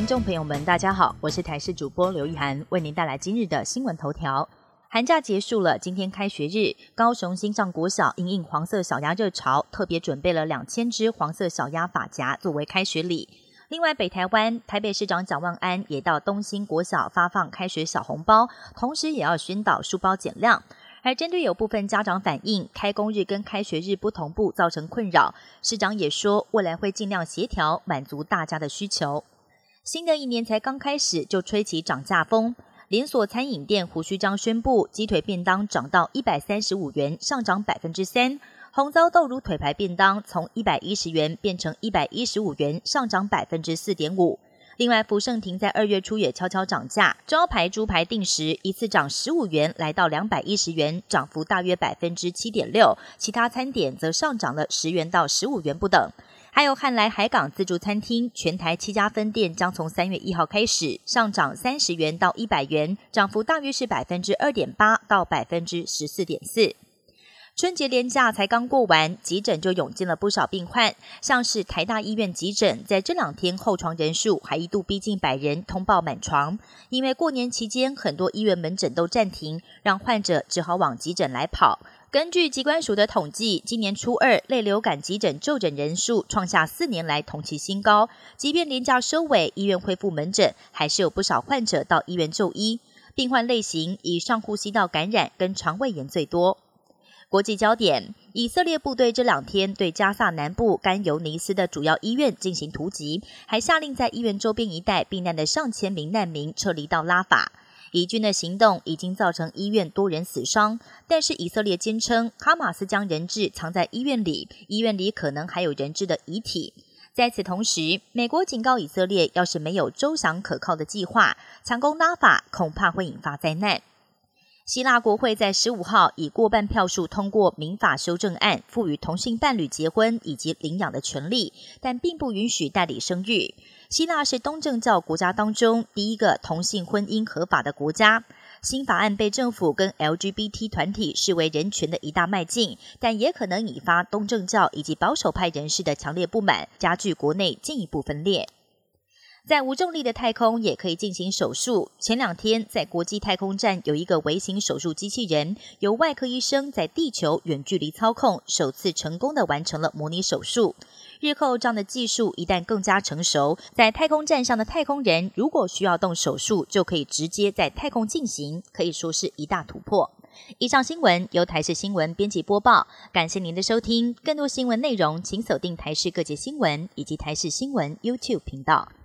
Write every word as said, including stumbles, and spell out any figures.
众朋友们大家好，我是台视主播刘玉涵，为您带来今日的新闻头条。寒假结束了，今天开学日，高雄新上国小因应黄色小鸭热潮，特别准备了两千只黄色小鸭发夹作为开学礼。另外，北台湾台北市长蒋万安也到东兴国小发放开学小红包，同时也要宣导书包减量。而针对有部分家长反映开工日跟开学日不同步造成困扰，市长也说未来会尽量协调满足大家的需求。新的一年才刚开始就吹起涨价风，连锁餐饮店胡须章宣布鸡腿便当涨到一百三十五元，上涨 百分之三， 红糟豆乳腿排便当从一百一十元变成一百一十五元，上涨 百分之四点五。另外，福盛庭在二月初也悄悄涨价，招牌猪排定时一次涨十五元，来到两百一十元，涨幅大约 百分之七点六， 其他餐点则上涨了十元到十五元不等。还有汉来海港自助餐厅，全台七家分店将从三月一号开始上涨三十元到一百元，涨幅大约是 百分之二点八 到 百分之十四点四。春节连假才刚过完，急诊就涌进了不少病患，像是台大医院急诊，在这两天候床人数还一度逼近百人，通报满床。因为过年期间很多医院门诊都暂停，让患者只好往急诊来跑。根据疾管署的统计，今年初二类流感急诊就诊人数创下四年来同期新高，即便连假收尾，医院恢复门诊，还是有不少患者到医院就医。病患类型以上呼吸道感染跟肠胃炎最多。国际焦点，以色列部队这两天对加萨南部甘尤尼斯的主要医院进行突击，还下令在医院周边一带避难的上千名难民撤离到拉法。以军的行动已经造成医院多人死伤，但是以色列坚称哈马斯将人质藏在医院里，医院里可能还有人质的遗体。在此同时，美国警告以色列，要是没有周详可靠的计划，强攻拉法恐怕会引发灾难。希腊国会在十五号以过半票数通过民法修正案，赋予同性伴侣结婚以及领养的权利，但并不允许代理生育。希腊是东正教国家当中第一个同性婚姻合法的国家。新法案被政府跟 L G B T 团体视为人权的一大迈进，但也可能引发东正教以及保守派人士的强烈不满，加剧国内进一步分裂。在无重力的太空也可以进行手术。前两天在国际太空站有一个微型手术机器人，由外科医生在地球远距离操控，首次成功的完成了模拟手术。日后这样的技术一旦更加成熟，在太空站上的太空人如果需要动手术，就可以直接在太空进行，可以说是一大突破。以上新闻由台视新闻编辑播报，感谢您的收听。更多新闻内容请锁定台视各界新闻以及台视新闻 YouTube 频道。